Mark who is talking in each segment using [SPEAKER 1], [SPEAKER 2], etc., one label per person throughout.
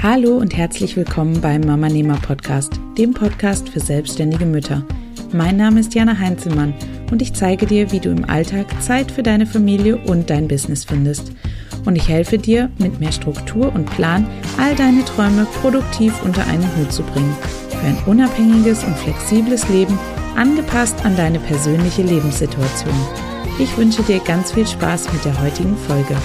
[SPEAKER 1] Hallo und herzlich willkommen beim Mamanehmer Podcast, dem Podcast für selbstständige Mütter. Mein Name ist Jana Heinzelmann und ich zeige dir, wie du im Alltag Zeit für deine Familie und dein Business findest. Und ich helfe dir, mit mehr Struktur und Plan all deine Träume produktiv unter einen Hut zu bringen. Für ein unabhängiges und flexibles Leben, angepasst an deine persönliche Lebenssituation. Ich wünsche dir ganz viel Spaß mit der heutigen Folge.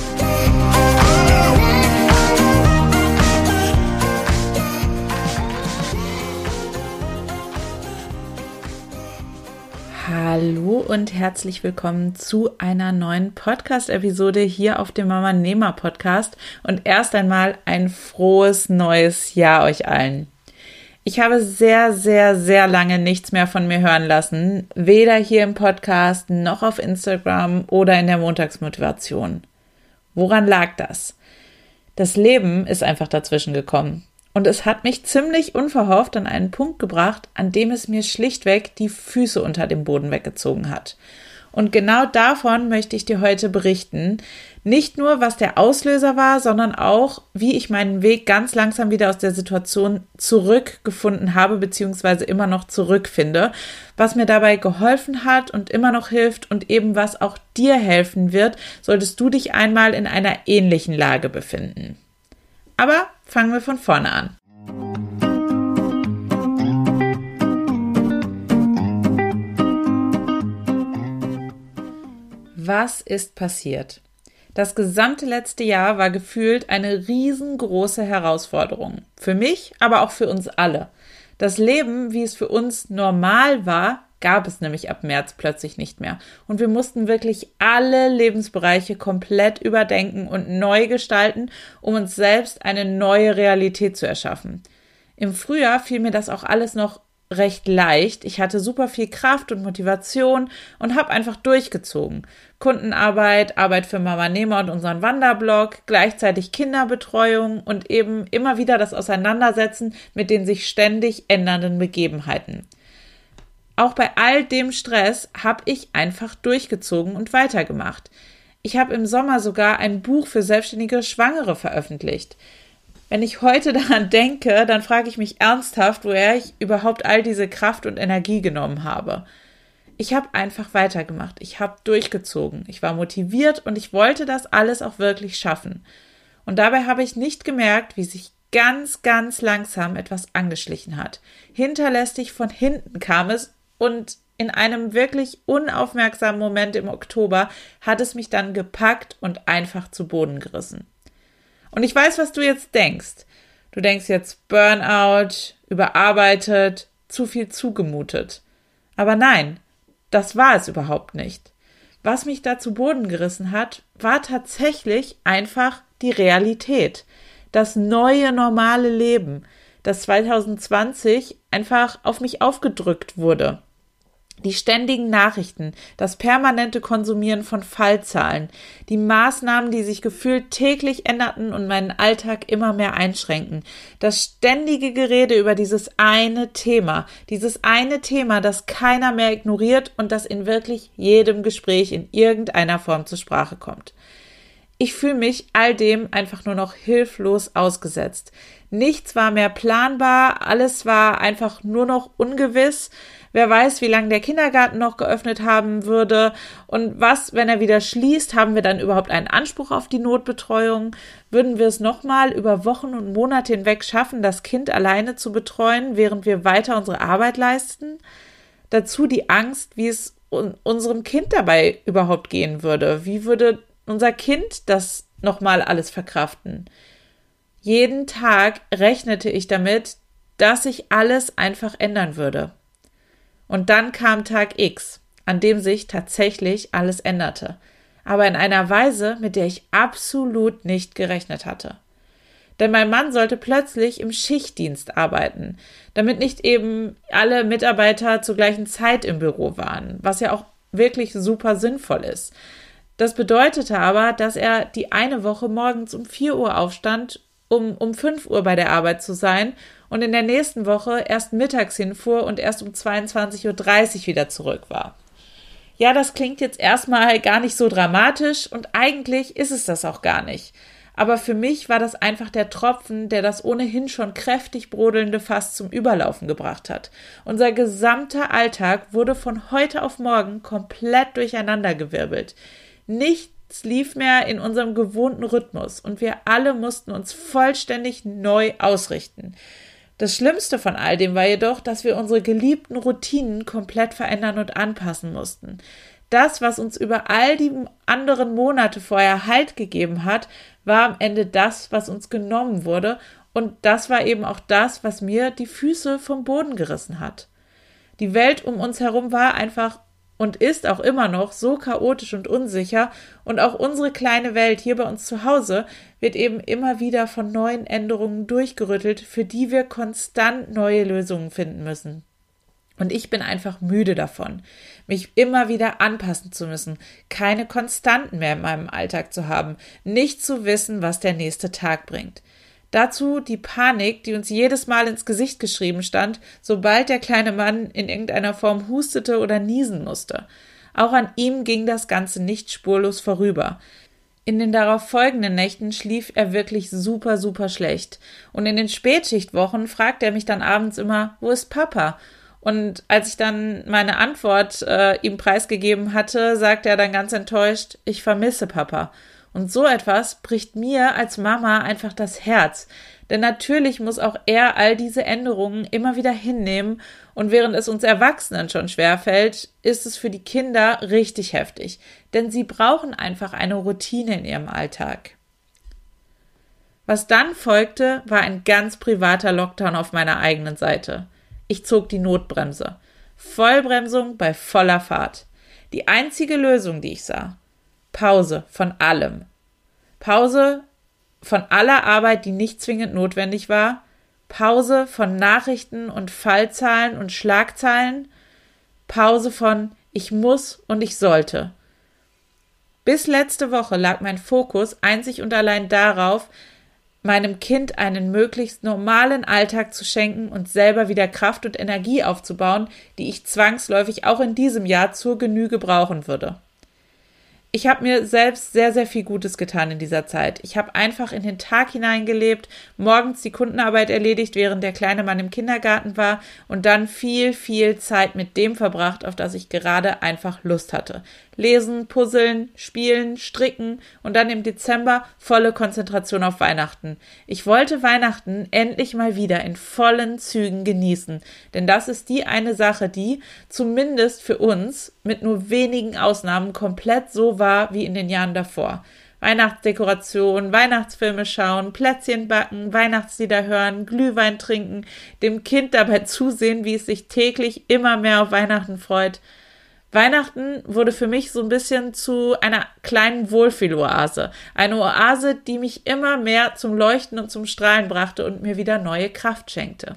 [SPEAKER 1] Hallo und herzlich willkommen zu einer neuen Podcast-Episode hier auf dem Mamanehmer Podcast und erst einmal ein frohes neues Jahr euch allen. Ich habe sehr lange nichts mehr von mir hören lassen, weder hier im Podcast noch auf Instagram oder in der Montagsmotivation. Woran lag das? Das Leben ist einfach dazwischen gekommen. Und es hat mich ziemlich unverhofft an einen Punkt gebracht, an dem es mir schlichtweg die Füße unter dem Boden weggezogen hat. Und genau davon möchte ich dir heute berichten. Nicht nur, was der Auslöser war, sondern auch, wie ich meinen Weg ganz langsam wieder aus der Situation zurückgefunden habe, beziehungsweise immer noch zurückfinde, was mir dabei geholfen hat und immer noch hilft und eben was auch dir helfen wird, solltest du dich einmal in einer ähnlichen Lage befinden. Aber fangen wir von vorne an. Was ist passiert? Das gesamte letzte Jahr war gefühlt eine riesengroße Herausforderung. Für mich, aber auch für uns alle. Das Leben, wie es für uns normal war, gab es nämlich ab März plötzlich nicht mehr. Und wir mussten wirklich alle Lebensbereiche komplett überdenken und neu gestalten, um uns selbst eine neue Realität zu erschaffen. Im Frühjahr fiel mir das auch alles noch recht leicht. Ich hatte super viel Kraft und Motivation und habe einfach durchgezogen. Kundenarbeit, Arbeit für Mamanehmer und unseren Wanderblog, gleichzeitig Kinderbetreuung und eben immer wieder das Auseinandersetzen mit den sich ständig ändernden Begebenheiten. Auch bei all dem Stress habe ich einfach durchgezogen und weitergemacht. Ich habe im Sommer sogar ein Buch für selbstständige Schwangere veröffentlicht. Wenn ich heute daran denke, dann frage ich mich ernsthaft, woher ich überhaupt all diese Kraft und Energie genommen habe. Ich habe einfach weitergemacht. Ich habe durchgezogen. Ich war motiviert und ich wollte das alles auch wirklich schaffen. Und dabei habe ich nicht gemerkt, wie sich ganz langsam etwas angeschlichen hat. Hinterlästig von hinten kam es und in einem wirklich unaufmerksamen Moment im Oktober hat es mich dann gepackt und einfach zu Boden gerissen. Und ich weiß, was du jetzt denkst. Du denkst jetzt Burnout, überarbeitet, zu viel zugemutet. Aber nein, das war es überhaupt nicht. Was mich da zu Boden gerissen hat, war tatsächlich einfach die Realität. Das neue, normale Leben, das 2020 einfach auf mich aufgedrückt wurde. Die ständigen Nachrichten, das permanente Konsumieren von Fallzahlen, die Maßnahmen, die sich gefühlt täglich änderten und meinen Alltag immer mehr einschränken, das ständige Gerede über dieses eine Thema, das keiner mehr ignoriert und das in wirklich jedem Gespräch in irgendeiner Form zur Sprache kommt. Ich fühle mich all dem einfach nur noch hilflos ausgesetzt. Nichts war mehr planbar, alles war einfach nur noch ungewiss. Wer weiß, wie lange der Kindergarten noch geöffnet haben würde und was, wenn er wieder schließt, haben wir dann überhaupt einen Anspruch auf die Notbetreuung? Würden wir es nochmal über Wochen und Monate hinweg schaffen, das Kind alleine zu betreuen, während wir weiter unsere Arbeit leisten? Dazu die Angst, wie es unserem Kind dabei überhaupt gehen würde. Wie würde unser Kind das nochmal alles verkraften? Jeden Tag rechnete ich damit, dass sich alles einfach ändern würde. Und dann kam Tag X, an dem sich tatsächlich alles änderte. Aber in einer Weise, mit der ich absolut nicht gerechnet hatte. Denn mein Mann sollte plötzlich im Schichtdienst arbeiten, damit nicht eben alle Mitarbeiter zur gleichen Zeit im Büro waren, was ja auch wirklich super sinnvoll ist. Das bedeutete aber, dass er die eine Woche morgens um 4 Uhr aufstand, um 5 Uhr bei der Arbeit zu sein und in der nächsten Woche erst mittags hinfuhr und erst um 22:30 Uhr wieder zurück war. Ja, das klingt jetzt erstmal gar nicht so dramatisch und eigentlich ist es das auch gar nicht. Aber für mich war das einfach der Tropfen, der das ohnehin schon kräftig brodelnde Fass zum Überlaufen gebracht hat. Unser gesamter Alltag wurde von heute auf morgen komplett durcheinandergewirbelt. Nichts lief mehr in unserem gewohnten Rhythmus und wir alle mussten uns vollständig neu ausrichten. Das Schlimmste von all dem war jedoch, dass wir unsere geliebten Routinen komplett verändern und anpassen mussten. Das, was uns über all die anderen Monate vorher Halt gegeben hat, war am Ende das, was uns genommen wurde, und das war eben auch das, was mir die Füße vom Boden gerissen hat. Die Welt um uns herum war einfach und ist auch immer noch so chaotisch und unsicher, und auch unsere kleine Welt hier bei uns zu Hause wird eben immer wieder von neuen Änderungen durchgerüttelt, für die wir konstant neue Lösungen finden müssen. Und ich bin einfach müde davon, mich immer wieder anpassen zu müssen, keine Konstanten mehr in meinem Alltag zu haben, nicht zu wissen, was der nächste Tag bringt. Dazu die Panik, die uns jedes Mal ins Gesicht geschrieben stand, sobald der kleine Mann in irgendeiner Form hustete oder niesen musste. Auch an ihm ging das Ganze nicht spurlos vorüber. In den darauf folgenden Nächten schlief er wirklich super, super schlecht. Und in den Spätschichtwochen fragte er mich dann abends immer, wo ist Papa? Und als ich dann meine Antwort ihm preisgegeben hatte, sagte er dann ganz enttäuscht, ich vermisse Papa. Und so etwas bricht mir als Mama einfach das Herz. Denn natürlich muss auch er all diese Änderungen immer wieder hinnehmen. Und während es uns Erwachsenen schon schwerfällt, ist es für die Kinder richtig heftig. Denn sie brauchen einfach eine Routine in ihrem Alltag. Was dann folgte, war ein ganz privater Lockdown auf meiner eigenen Seite. Ich zog die Notbremse. Vollbremsung bei voller Fahrt. Die einzige Lösung, die ich sah. Pause von allem. Pause von aller Arbeit, die nicht zwingend notwendig war. Pause von Nachrichten und Fallzahlen und Schlagzeilen. Pause von ich muss und ich sollte. Bis letzte Woche lag mein Fokus einzig und allein darauf, meinem Kind einen möglichst normalen Alltag zu schenken und selber wieder Kraft und Energie aufzubauen, die ich zwangsläufig auch in diesem Jahr zur Genüge brauchen würde. Ich habe mir selbst sehr, sehr viel Gutes getan in dieser Zeit. Ich habe einfach in den Tag hineingelebt, morgens die Kundenarbeit erledigt, während der kleine Mann im Kindergarten war, und dann viel, viel Zeit mit dem verbracht, auf das ich gerade einfach Lust hatte. Lesen, puzzeln, spielen, stricken und dann im Dezember volle Konzentration auf Weihnachten. Ich wollte Weihnachten endlich mal wieder in vollen Zügen genießen, denn das ist die eine Sache, die zumindest für uns mit nur wenigen Ausnahmen komplett so war wie in den Jahren davor. Weihnachtsdekoration, Weihnachtsfilme schauen, Plätzchen backen, Weihnachtslieder hören, Glühwein trinken, dem Kind dabei zusehen, wie es sich täglich immer mehr auf Weihnachten freut. Weihnachten wurde für mich so ein bisschen zu einer kleinen Wohlfühloase. Eine Oase, die mich immer mehr zum Leuchten und zum Strahlen brachte und mir wieder neue Kraft schenkte.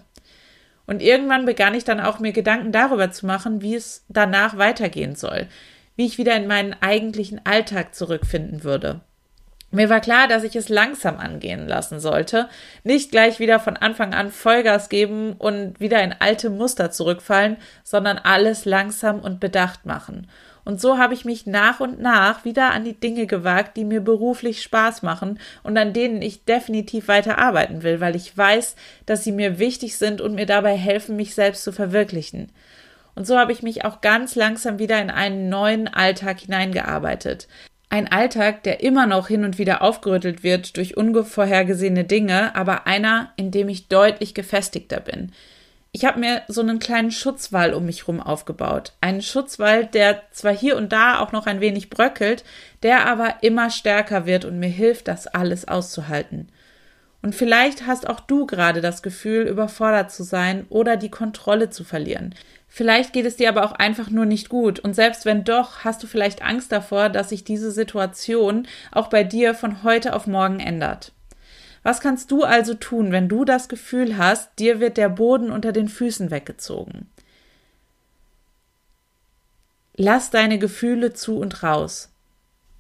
[SPEAKER 1] Und irgendwann begann ich dann auch mir Gedanken darüber zu machen, wie es danach weitergehen soll, wie ich wieder in meinen eigentlichen Alltag zurückfinden würde. Mir war klar, dass ich es langsam angehen lassen sollte, nicht gleich wieder von Anfang an Vollgas geben und wieder in alte Muster zurückfallen, sondern alles langsam und bedacht machen. Und so habe ich mich nach und nach wieder an die Dinge gewagt, die mir beruflich Spaß machen und an denen ich definitiv weiter arbeiten will, weil ich weiß, dass sie mir wichtig sind und mir dabei helfen, mich selbst zu verwirklichen. Und so habe ich mich auch ganz langsam wieder in einen neuen Alltag hineingearbeitet. Ein Alltag, der immer noch hin und wieder aufgerüttelt wird durch unvorhergesehene Dinge, aber einer, in dem ich deutlich gefestigter bin. Ich habe mir so einen kleinen Schutzwall um mich herum aufgebaut. Einen Schutzwall, der zwar hier und da auch noch ein wenig bröckelt, der aber immer stärker wird und mir hilft, das alles auszuhalten. Und vielleicht hast auch du gerade das Gefühl, überfordert zu sein oder die Kontrolle zu verlieren. Vielleicht geht es dir aber auch einfach nur nicht gut. Und selbst wenn doch, hast du vielleicht Angst davor, dass sich diese Situation auch bei dir von heute auf morgen ändert. Was kannst du also tun, wenn du das Gefühl hast, dir wird der Boden unter den Füßen weggezogen? Lass deine Gefühle zu und raus.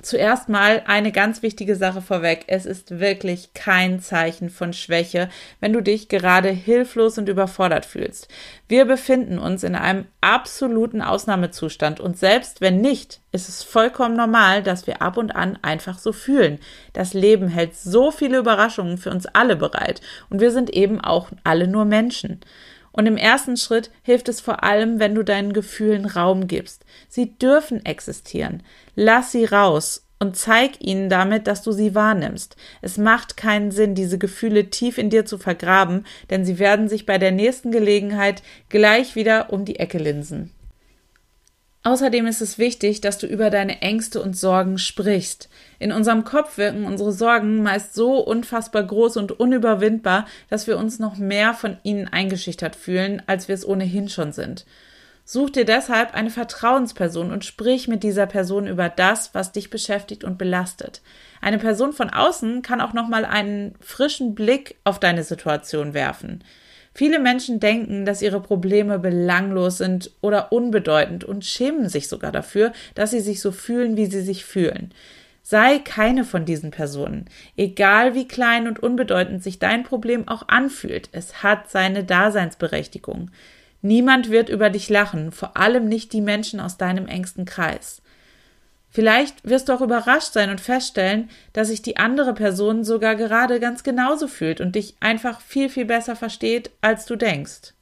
[SPEAKER 1] Zuerst mal eine ganz wichtige Sache vorweg. Es ist wirklich kein Zeichen von Schwäche, wenn du dich gerade hilflos und überfordert fühlst. Wir befinden uns in einem absoluten Ausnahmezustand und selbst wenn nicht, ist es vollkommen normal, dass wir ab und an einfach so fühlen. Das Leben hält so viele Überraschungen für uns alle bereit und wir sind eben auch alle nur Menschen. Und im ersten Schritt hilft es vor allem, wenn du deinen Gefühlen Raum gibst. Sie dürfen existieren. Lass sie raus und zeig ihnen damit, dass du sie wahrnimmst. Es macht keinen Sinn, diese Gefühle tief in dir zu vergraben, denn sie werden sich bei der nächsten Gelegenheit gleich wieder um die Ecke linsen. Außerdem ist es wichtig, dass du über deine Ängste und Sorgen sprichst. In unserem Kopf wirken unsere Sorgen meist so unfassbar groß und unüberwindbar, dass wir uns noch mehr von ihnen eingeschüchtert fühlen, als wir es ohnehin schon sind. Such dir deshalb eine Vertrauensperson und sprich mit dieser Person über das, was dich beschäftigt und belastet. Eine Person von außen kann auch nochmal einen frischen Blick auf deine Situation werfen. Viele Menschen denken, dass ihre Probleme belanglos sind oder unbedeutend und schämen sich sogar dafür, dass sie sich so fühlen, wie sie sich fühlen. Sei keine von diesen Personen. Egal wie klein und unbedeutend sich dein Problem auch anfühlt, es hat seine Daseinsberechtigung. Niemand wird über dich lachen, vor allem nicht die Menschen aus deinem engsten Kreis. Vielleicht wirst du auch überrascht sein und feststellen, dass sich die andere Person sogar gerade ganz genauso fühlt und dich einfach viel, viel besser versteht, als du denkst.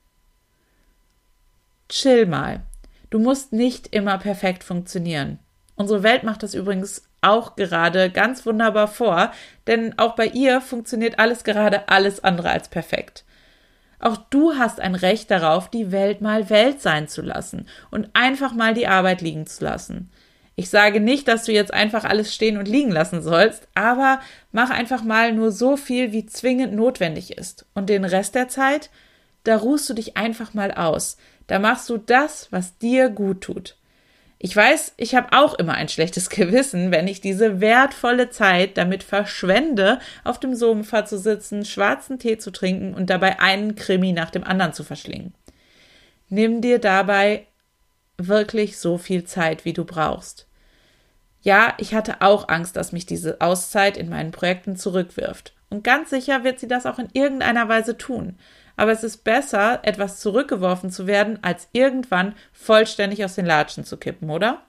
[SPEAKER 1] Chill mal. Du musst nicht immer perfekt funktionieren. Unsere Welt macht das übrigens auch gerade ganz wunderbar vor, denn auch bei ihr funktioniert alles andere als perfekt. Auch du hast ein Recht darauf, die Welt mal Welt sein zu lassen und einfach mal die Arbeit liegen zu lassen. Ich sage nicht, dass du jetzt einfach alles stehen und liegen lassen sollst, aber mach einfach mal nur so viel, wie zwingend notwendig ist. Und den Rest der Zeit, da ruhst du dich einfach mal aus. Da machst du das, was dir gut tut. Ich weiß, ich habe auch immer ein schlechtes Gewissen, wenn ich diese wertvolle Zeit damit verschwende, auf dem Sofa zu sitzen, schwarzen Tee zu trinken und dabei einen Krimi nach dem anderen zu verschlingen. Nimm dir dabei wirklich so viel Zeit, wie du brauchst. Ja, ich hatte auch Angst, dass mich diese Auszeit in meinen Projekten zurückwirft. Und ganz sicher wird sie das auch in irgendeiner Weise tun. Aber es ist besser, etwas zurückgeworfen zu werden, als irgendwann vollständig aus den Latschen zu kippen, oder?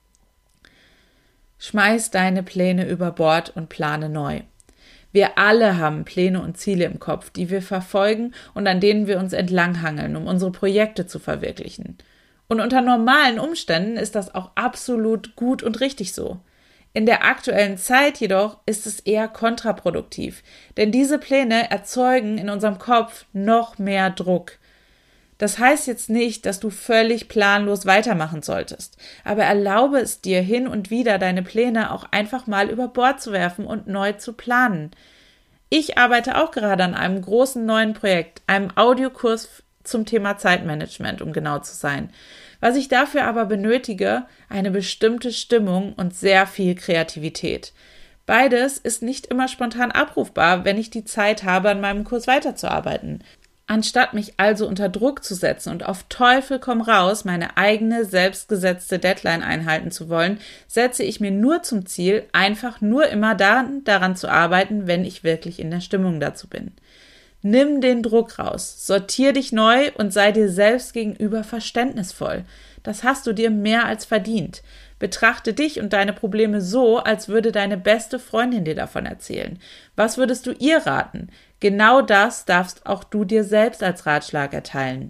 [SPEAKER 1] Schmeiß deine Pläne über Bord und plane neu. Wir alle haben Pläne und Ziele im Kopf, die wir verfolgen und an denen wir uns entlanghangeln, um unsere Projekte zu verwirklichen. Und unter normalen Umständen ist das auch absolut gut und richtig so. In der aktuellen Zeit jedoch ist es eher kontraproduktiv, denn diese Pläne erzeugen in unserem Kopf noch mehr Druck. Das heißt jetzt nicht, dass du völlig planlos weitermachen solltest, aber erlaube es dir hin und wieder, deine Pläne auch einfach mal über Bord zu werfen und neu zu planen. Ich arbeite auch gerade an einem großen neuen Projekt, einem Audiokurs zum Thema Zeitmanagement, um genau zu sein. Was ich dafür aber benötige, eine bestimmte Stimmung und sehr viel Kreativität. Beides ist nicht immer spontan abrufbar, wenn ich die Zeit habe, an meinem Kurs weiterzuarbeiten. Anstatt mich also unter Druck zu setzen und auf Teufel komm raus meine eigene selbstgesetzte Deadline einhalten zu wollen, setze ich mir nur zum Ziel, einfach nur immer daran zu arbeiten, wenn ich wirklich in der Stimmung dazu bin. Nimm den Druck raus, sortier dich neu und sei dir selbst gegenüber verständnisvoll. Das hast du dir mehr als verdient. Betrachte dich und deine Probleme so, als würde deine beste Freundin dir davon erzählen. Was würdest du ihr raten? Genau das darfst auch du dir selbst als Ratschlag erteilen.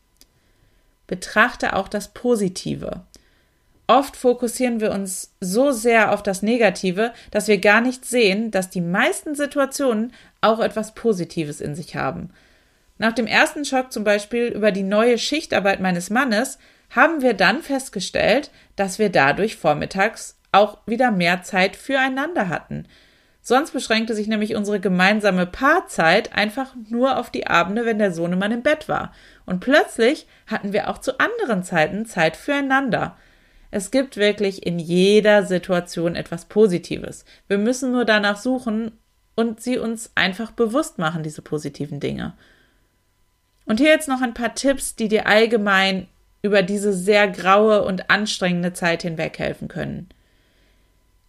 [SPEAKER 1] Betrachte auch das Positive. Oft fokussieren wir uns so sehr auf das Negative, dass wir gar nicht sehen, dass die meisten Situationen auch etwas Positives in sich haben. Nach dem ersten Schock zum Beispiel über die neue Schichtarbeit meines Mannes haben wir dann festgestellt, dass wir dadurch vormittags auch wieder mehr Zeit füreinander hatten. Sonst beschränkte sich nämlich unsere gemeinsame Paarzeit einfach nur auf die Abende, wenn der Sohnemann im Bett war. Und plötzlich hatten wir auch zu anderen Zeiten Zeit füreinander. Es gibt wirklich in jeder Situation etwas Positives. Wir müssen nur danach suchen und sie uns einfach bewusst machen, diese positiven Dinge. Und hier jetzt noch ein paar Tipps, die dir allgemein über diese sehr graue und anstrengende Zeit hinweg helfen können.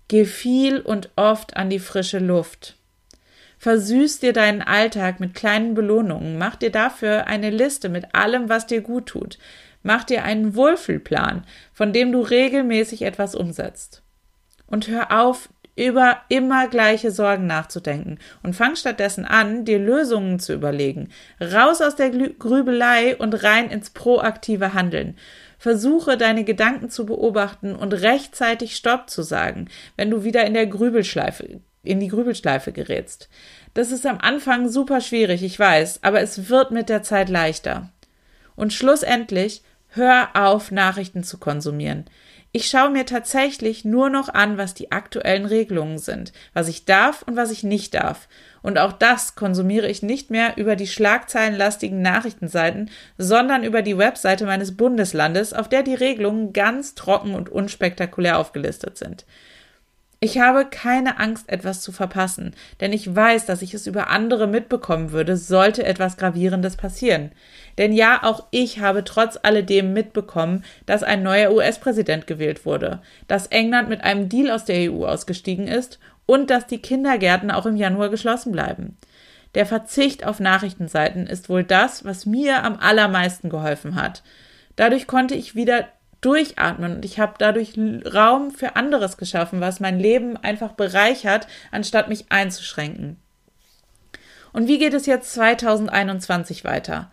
[SPEAKER 1] Geh viel und oft an die frische Luft. Versüß dir deinen Alltag mit kleinen Belohnungen. Mach dir dafür eine Liste mit allem, was dir gut tut. Mach dir einen Wohlfühlplan, von dem du regelmäßig etwas umsetzt. Und hör auf, über immer gleiche Sorgen nachzudenken und fang stattdessen an, dir Lösungen zu überlegen. Raus aus der Grübelei und rein ins proaktive Handeln. Versuche, deine Gedanken zu beobachten und rechtzeitig Stopp zu sagen, wenn du wieder in die Grübelschleife gerätst. Das ist am Anfang super schwierig, ich weiß, aber es wird mit der Zeit leichter. Und schlussendlich, hör auf, Nachrichten zu konsumieren. Ich schaue mir tatsächlich nur noch an, was die aktuellen Regelungen sind, was ich darf und was ich nicht darf. Und auch das konsumiere ich nicht mehr über die schlagzeilenlastigen Nachrichtenseiten, sondern über die Webseite meines Bundeslandes, auf der die Regelungen ganz trocken und unspektakulär aufgelistet sind. Ich habe keine Angst, etwas zu verpassen, denn ich weiß, dass ich es über andere mitbekommen würde, sollte etwas Gravierendes passieren. Denn ja, auch ich habe trotz alledem mitbekommen, dass ein neuer US-Präsident gewählt wurde, dass England mit einem Deal aus der EU ausgestiegen ist und dass die Kindergärten auch im Januar geschlossen bleiben. Der Verzicht auf Nachrichtenseiten ist wohl das, was mir am allermeisten geholfen hat. Dadurch konnte ich wieder durchatmen und ich habe dadurch Raum für anderes geschaffen, was mein Leben einfach bereichert, anstatt mich einzuschränken. Und wie geht es jetzt 2021 weiter?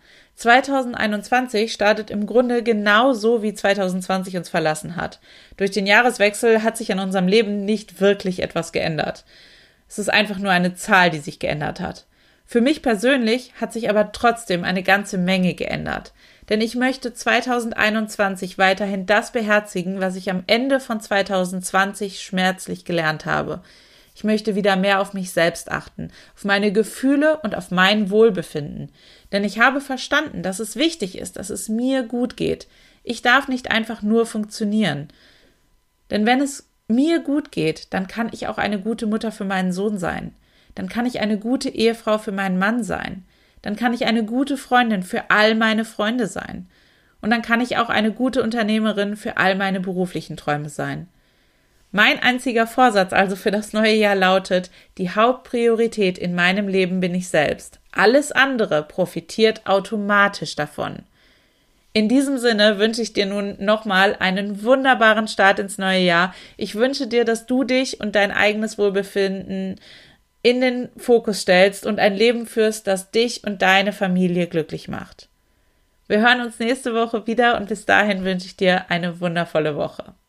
[SPEAKER 1] 2021 startet im Grunde genauso, wie 2020 uns verlassen hat. Durch den Jahreswechsel hat sich an unserem Leben nicht wirklich etwas geändert. Es ist einfach nur eine Zahl, die sich geändert hat. Für mich persönlich hat sich aber trotzdem eine ganze Menge geändert. Denn ich möchte 2021 weiterhin das beherzigen, was ich am Ende von 2020 schmerzlich gelernt habe. Ich möchte wieder mehr auf mich selbst achten, auf meine Gefühle und auf mein Wohlbefinden. Denn ich habe verstanden, dass es wichtig ist, dass es mir gut geht. Ich darf nicht einfach nur funktionieren. Denn wenn es mir gut geht, dann kann ich auch eine gute Mutter für meinen Sohn sein. Dann kann ich eine gute Ehefrau für meinen Mann sein. Dann kann ich eine gute Freundin für all meine Freunde sein. Und dann kann ich auch eine gute Unternehmerin für all meine beruflichen Träume sein. Mein einziger Vorsatz also für das neue Jahr lautet, die Hauptpriorität in meinem Leben bin ich selbst. Alles andere profitiert automatisch davon. In diesem Sinne wünsche ich dir nun nochmal einen wunderbaren Start ins neue Jahr. Ich wünsche dir, dass du dich und dein eigenes Wohlbefinden in den Fokus stellst und ein Leben führst, das dich und deine Familie glücklich macht. Wir hören uns nächste Woche wieder und bis dahin wünsche ich dir eine wundervolle Woche.